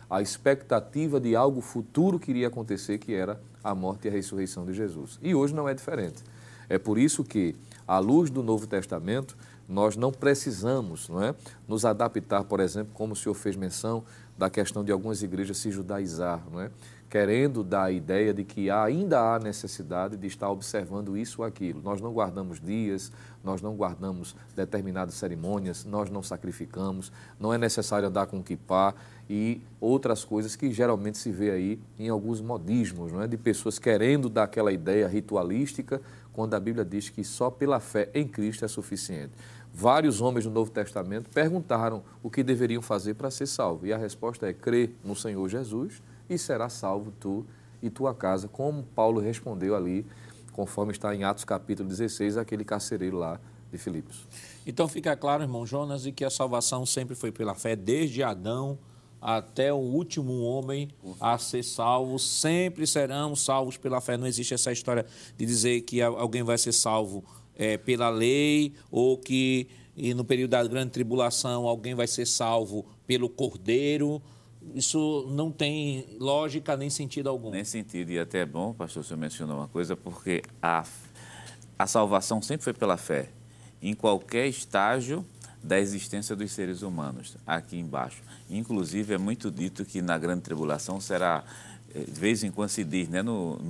a expectativa de algo futuro que iria acontecer, que era a morte e a ressurreição de Jesus. E hoje não é diferente. É por isso que, à luz do Novo Testamento, nós não precisamos, não é, nos adaptar, por exemplo, como o senhor fez menção, da questão de algumas igrejas se judaizar, não é? Querendo dar a ideia de que ainda há necessidade de estar observando isso ou aquilo. Nós não guardamos dias, nós não guardamos determinadas cerimônias, nós não sacrificamos, não é necessário andar com quipá e outras coisas que geralmente se vê aí em alguns modismos, não é? De pessoas querendo dar aquela ideia ritualística, quando a Bíblia diz que só pela fé em Cristo é suficiente. Vários homens do Novo Testamento perguntaram o que deveriam fazer para ser salvo. E a resposta é: crê no Senhor Jesus e será salvo tu e tua casa, como Paulo respondeu ali, conforme está em Atos capítulo 16, aquele carcereiro lá de Filipos. Então fica claro, irmão Jonas, de que a salvação sempre foi pela fé, desde Adão até o último homem a ser salvo, sempre serão salvos pela fé. Não existe essa história de dizer que alguém vai ser salvo pela lei, ou que no período da grande tribulação alguém vai ser salvo pelo Cordeiro. Isso não tem lógica nem sentido algum. Nem sentido, e até é bom, pastor, o senhor mencionou uma coisa, porque a salvação sempre foi pela fé, em qualquer estágio da existência dos seres humanos, aqui embaixo. Inclusive, é muito dito que na grande tribulação será, de vez em quando se diz, né,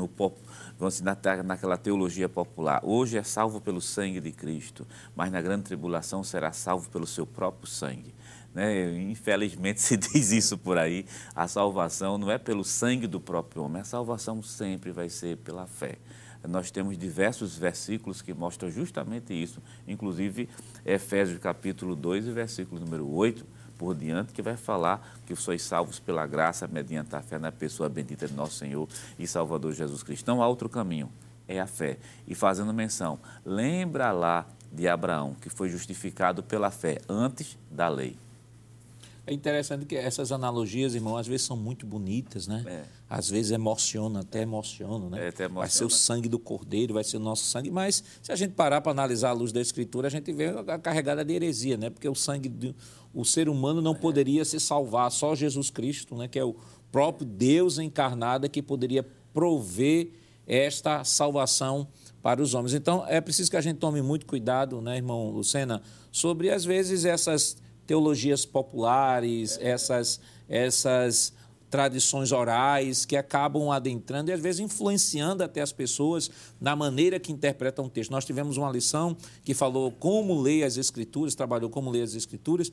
naquela teologia popular, hoje é salvo pelo sangue de Cristo, mas na grande tribulação será salvo pelo seu próprio sangue. Né? Infelizmente se diz isso por aí, a salvação não é pelo sangue do próprio homem, a salvação sempre vai ser pela fé. Nós temos diversos versículos que mostram justamente isso, inclusive Efésios capítulo 2 e versículo número 8 por diante, que vai falar que sois salvos pela graça mediante a fé na pessoa bendita de nosso Senhor e Salvador Jesus Cristo. Não há outro caminho, é a fé. E fazendo menção, lembra lá de Abraão, que foi justificado pela fé antes da lei. É interessante que essas analogias, irmão, às vezes são muito bonitas, né? Às vezes emocionam, até emocionam, né? Até emociona. Vai ser o sangue do Cordeiro, vai ser o nosso sangue, mas se a gente parar para analisar a luz da Escritura, a gente vê a carregada de heresia, né? Porque o sangue o ser humano não poderia se salvar, só Jesus Cristo, né? Que é o próprio Deus encarnado que poderia prover esta salvação para os homens. Então, é preciso que a gente tome muito cuidado, né, irmão Lucena, sobre, às vezes, essas teologias populares, essas tradições orais que acabam adentrando e, às vezes, influenciando até as pessoas na maneira que interpretam o texto. Nós tivemos uma lição que falou como ler as Escrituras, trabalhou como ler as Escrituras,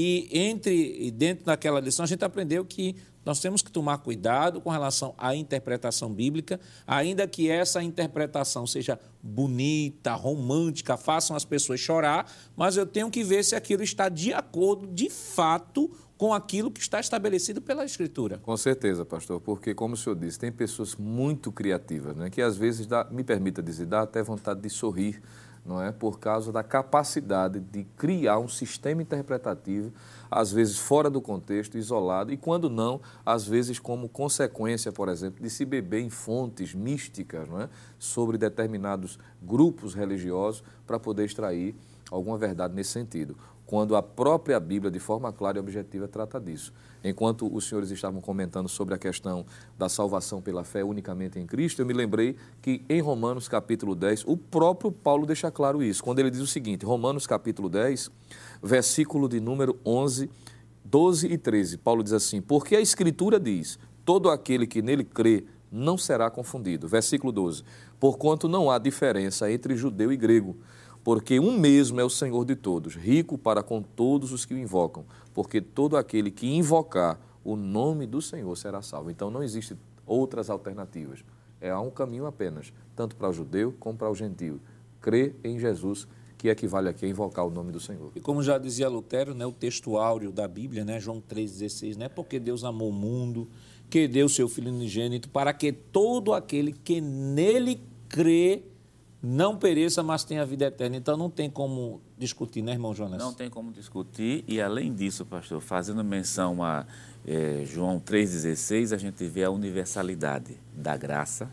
e dentro daquela lição a gente aprendeu que nós temos que tomar cuidado com relação à interpretação bíblica, ainda que essa interpretação seja bonita, romântica, façam as pessoas chorar, mas eu tenho que ver se aquilo está de acordo, de fato, com aquilo que está estabelecido pela Escritura. Com certeza, pastor, porque, como o senhor disse, tem pessoas muito criativas, né, que às vezes, me permita dizer, dá até vontade de sorrir, não é? Por causa da capacidade de criar um sistema interpretativo, às vezes fora do contexto, isolado, e quando não, às vezes como consequência, por exemplo, de se beber em fontes místicas, não é? Sobre determinados grupos religiosos para poder extrair alguma verdade nesse sentido, quando a própria Bíblia, de forma clara e objetiva, trata disso. Enquanto os senhores estavam comentando sobre a questão da salvação pela fé unicamente em Cristo, eu me lembrei que em Romanos capítulo 10, o próprio Paulo deixa claro isso, quando ele diz o seguinte, Romanos capítulo 10, versículo de número 11, 12 e 13, Paulo diz assim, porque a Escritura diz, todo aquele que nele crê não será confundido. Versículo 12, porquanto não há diferença entre judeu e grego, porque um mesmo é o Senhor de todos, rico para com todos os que o invocam, porque todo aquele que invocar o nome do Senhor será salvo. Então não existem outras alternativas. Há um caminho apenas, tanto para o judeu como para o gentio. Crer em Jesus, que equivale aqui a invocar o nome do Senhor. E como já dizia Lutero, né, o texto áureo da Bíblia, né, João 3,16, não é porque Deus amou o mundo, que deu seu Filho unigênito, para que todo aquele que nele crê não pereça, mas tenha vida eterna. Então, não tem como discutir, né, irmão Jonas? Não tem como discutir. E, além disso, pastor, fazendo menção a João 3,16, a gente vê a universalidade da graça,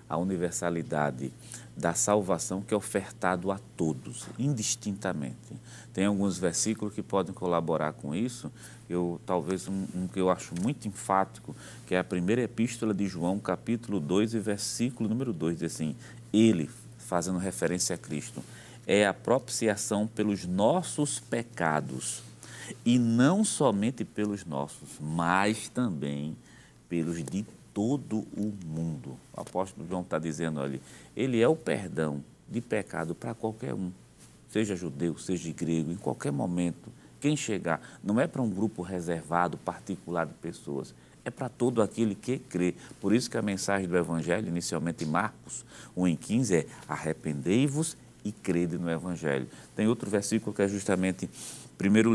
a universalidade da salvação que é ofertado a todos, indistintamente. Tem alguns versículos que podem colaborar com isso. Talvez um que eu acho muito enfático, que é a primeira epístola de João, capítulo 2 e versículo número 2, diz assim: ele, fazendo referência a Cristo, é a propiciação pelos nossos pecados, e não somente pelos nossos, mas também pelos de todo o mundo. O apóstolo João está dizendo ali, ele é o perdão de pecado para qualquer um, seja judeu, seja grego, em qualquer momento. Quem chegar, não é para um grupo reservado, particular de pessoas, é para todo aquele que crê. Por isso que a mensagem do Evangelho, inicialmente em Marcos 1:15, é arrependei-vos e crede no Evangelho. Tem outro versículo que é justamente primeira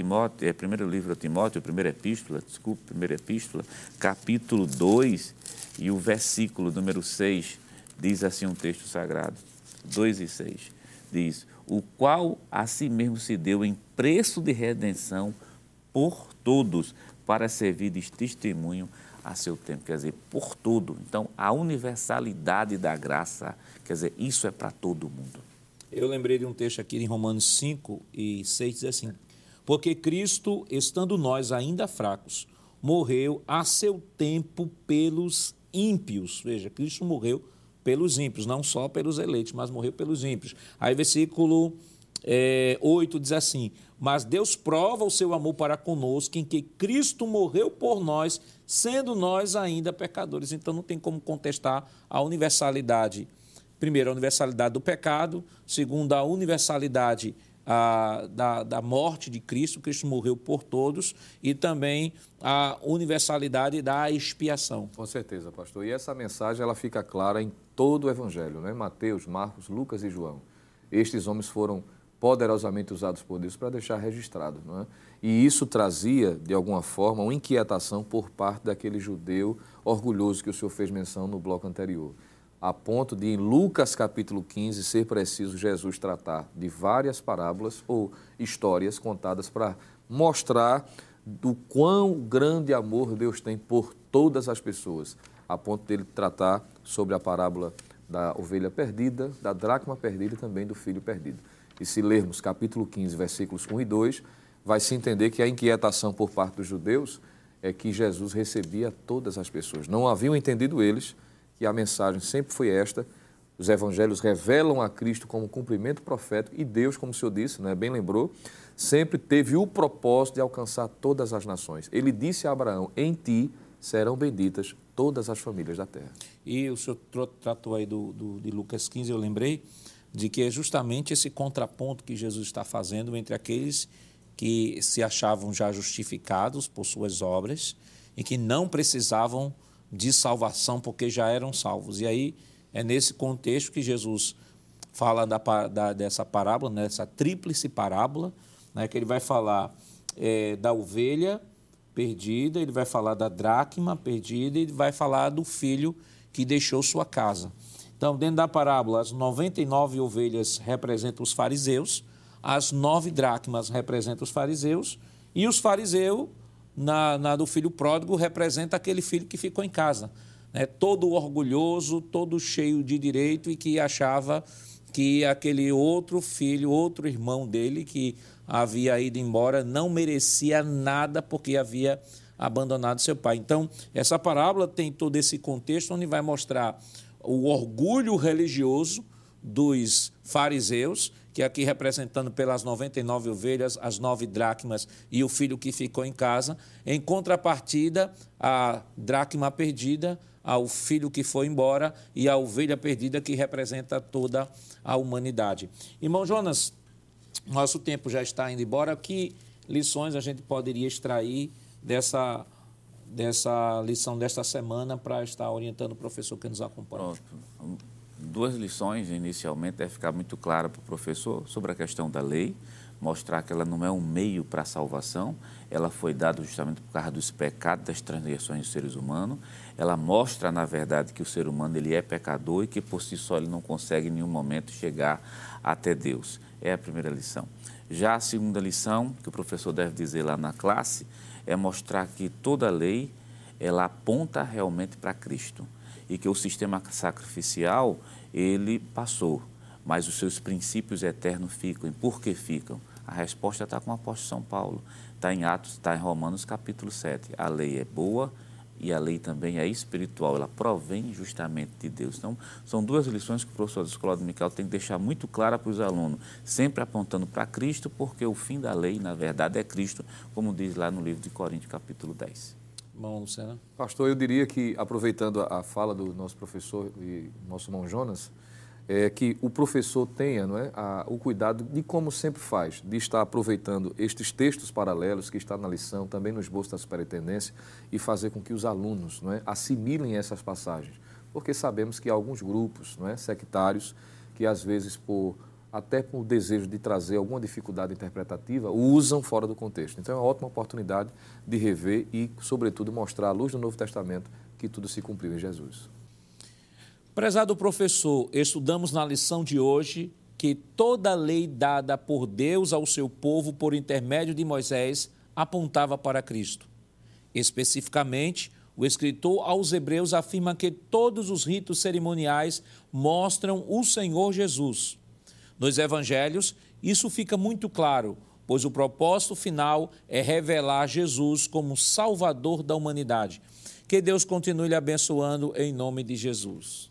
epístola, capítulo 2 e o versículo número 6, diz assim um texto sagrado, 2 e 6, diz: o qual a si mesmo se deu em preço de redenção por todos, para servir de testemunho a seu tempo, quer dizer, por todo. Então, a universalidade da graça, quer dizer, isso é para todo mundo. Eu lembrei de um texto aqui em Romanos 5 e 6, diz assim: porque Cristo, estando nós ainda fracos, morreu a seu tempo pelos ímpios. Veja, Cristo morreu pelos ímpios, não só pelos eleitos, mas morreu pelos ímpios. Aí versículo 8 diz assim: mas Deus prova o seu amor para conosco, em que Cristo morreu por nós, sendo nós ainda pecadores. Então não tem como contestar a universalidade. Primeiro, a universalidade do pecado. Segundo, a universalidade da morte de Cristo. Cristo morreu por todos. E também a universalidade da expiação. Com certeza, pastor. E essa mensagem ela fica clara em todo o Evangelho, né? Mateus, Marcos, Lucas e João. Estes homens foram poderosamente usados por Deus para deixar registrado, não é? E isso trazia, de alguma forma, uma inquietação por parte daquele judeu orgulhoso que o senhor fez menção no bloco anterior, a ponto de, em Lucas capítulo 15, ser preciso Jesus tratar de várias parábolas ou histórias contadas para mostrar do quão grande amor Deus tem por todas as pessoas, a ponto dele tratar sobre a parábola da ovelha perdida, da dracma perdida e também do filho perdido. E se lermos capítulo 15, versículos 1 e 2, vai se entender que a inquietação por parte dos judeus é que Jesus recebia todas as pessoas. Não haviam entendido eles que a mensagem sempre foi esta: os evangelhos revelam a Cristo como cumprimento profético e Deus, como o senhor disse, né, bem lembrou, sempre teve o propósito de alcançar todas as nações. Ele disse a Abraão: em ti serão benditas todas as famílias da terra. E o senhor tratou aí de Lucas 15, eu lembrei de que é justamente esse contraponto que Jesus está fazendo entre aqueles que se achavam já justificados por suas obras e que não precisavam de salvação porque já eram salvos. E aí é nesse contexto que Jesus fala dessa parábola, dessa tríplice parábola, né, que ele vai falar da ovelha perdida, ele vai falar da dracma perdida e ele vai falar do filho que deixou sua casa. Então, dentro da parábola, as 99 ovelhas representam os fariseus, as 9 dracmas representam os fariseus, e os fariseus, na do filho pródigo, representa aquele filho que ficou em casa, né? Todo orgulhoso, todo cheio de direito e que achava que aquele outro filho, outro irmão dele, que havia ido embora, não merecia nada porque havia abandonado seu pai. Então, essa parábola tem todo esse contexto onde vai mostrar o orgulho religioso dos fariseus, que aqui representando pelas 99 ovelhas, as 9 dracmas e o filho que ficou em casa, em contrapartida, a dracma perdida, ao filho que foi embora e a ovelha perdida que representa toda a humanidade. Irmão Jonas, nosso tempo já está indo embora. Que lições a gente poderia extrair dessa lição desta semana para estar orientando o professor que nos acompanha? Pronto. 2 lições, inicialmente, deve ficar muito clara para o professor sobre a questão da lei, mostrar que ela não é um meio para a salvação, ela foi dada justamente por causa dos pecados, das transgressões dos seres humanos. Ela mostra, na verdade, que o ser humano ele é pecador e que por si só ele não consegue em nenhum momento chegar até Deus. É a primeira lição. Já a segunda lição, que o professor deve dizer lá na classe, é mostrar que toda lei ela aponta realmente para Cristo e que o sistema sacrificial, ele passou, mas os seus princípios eternos ficam. E por que ficam? A resposta está com o apóstolo São Paulo, está em Atos, está em Romanos capítulo 7. A lei é boa e a lei também é espiritual, ela provém justamente de Deus. Então, são duas lições que o professor da Escola Dominical tem que deixar muito clara para os alunos, sempre apontando para Cristo, porque o fim da lei, na verdade, é Cristo, como diz lá no livro de Coríntios, capítulo 10. Bom, Luciana. Pastor, eu diria que, aproveitando a fala do nosso professor e nosso irmão Jonas, que o professor tenha, não é, o cuidado de, como sempre faz, de estar aproveitando estes textos paralelos que está na lição, também no esboço da superintendência, e fazer com que os alunos, não é, assimilem essas passagens. Porque sabemos que há alguns grupos, não é, sectários que, às vezes, até por desejo de trazer alguma dificuldade interpretativa, usam fora do contexto. Então, é uma ótima oportunidade de rever e, sobretudo, mostrar à luz do Novo Testamento que tudo se cumpriu em Jesus. Prezado professor, estudamos na lição de hoje que toda a lei dada por Deus ao seu povo por intermédio de Moisés apontava para Cristo. Especificamente, o escritor aos Hebreus afirma que todos os ritos cerimoniais mostram o Senhor Jesus. Nos evangelhos, isso fica muito claro, pois o propósito final é revelar Jesus como Salvador da humanidade. Que Deus continue lhe abençoando em nome de Jesus.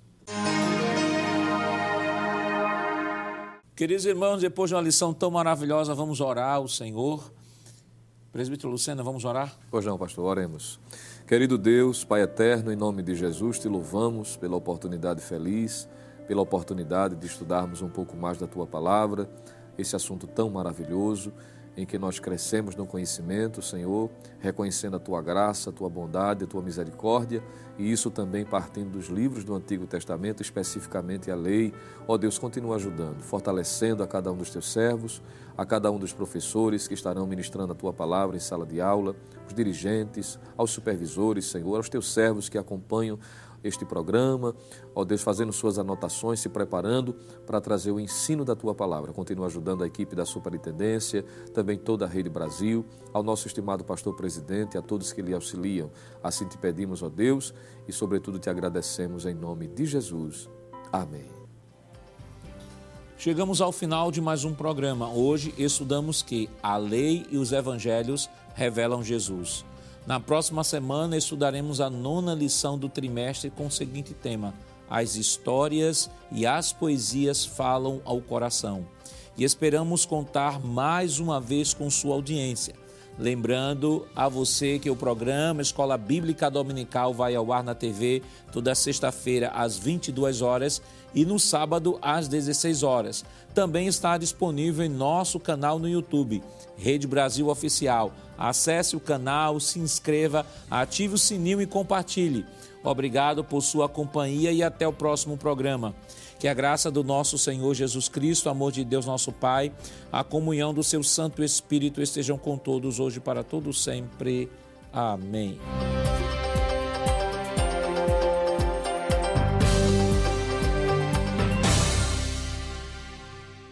Queridos irmãos, depois de uma lição tão maravilhosa, vamos orar ao Senhor. Presbítero Lucena, vamos orar? Pois não, pastor, oremos. Querido Deus, Pai eterno, em nome de Jesus, te louvamos pela oportunidade feliz, pela oportunidade de estudarmos um pouco mais da Tua Palavra, esse assunto tão maravilhoso, em que nós crescemos no conhecimento, Senhor, reconhecendo a Tua graça, a Tua bondade, a Tua misericórdia, e isso também partindo dos livros do Antigo Testamento, especificamente a lei. Ó Deus, continua ajudando, fortalecendo a cada um dos Teus servos, a cada um dos professores que estarão ministrando a Tua Palavra em sala de aula, os dirigentes, aos supervisores, Senhor, aos Teus servos que acompanham este programa, ó Deus, fazendo suas anotações, se preparando para trazer o ensino da Tua Palavra. Continua ajudando a equipe da Superintendência, também toda a Rede Brasil, ao nosso estimado pastor presidente, a todos que lhe auxiliam. Assim te pedimos, ó Deus, e sobretudo te agradecemos em nome de Jesus. Amém. Chegamos ao final de mais um programa. Hoje estudamos que a lei e os evangelhos revelam Jesus. Na próxima semana estudaremos a 9ª lição do trimestre com o seguinte tema: as histórias e as poesias falam ao coração. E esperamos contar mais uma vez com sua audiência. Lembrando a você que o programa Escola Bíblica Dominical vai ao ar na TV toda sexta-feira às 22 horas e no sábado às 16 horas. Também está disponível em nosso canal no YouTube, Rede Brasil Oficial. Acesse o canal, se inscreva, ative o sininho e compartilhe. Obrigado por sua companhia e até o próximo programa. Que a graça do nosso Senhor Jesus Cristo, o amor de Deus nosso Pai, a comunhão do seu Santo Espírito estejam com todos hoje para todo sempre. Amém.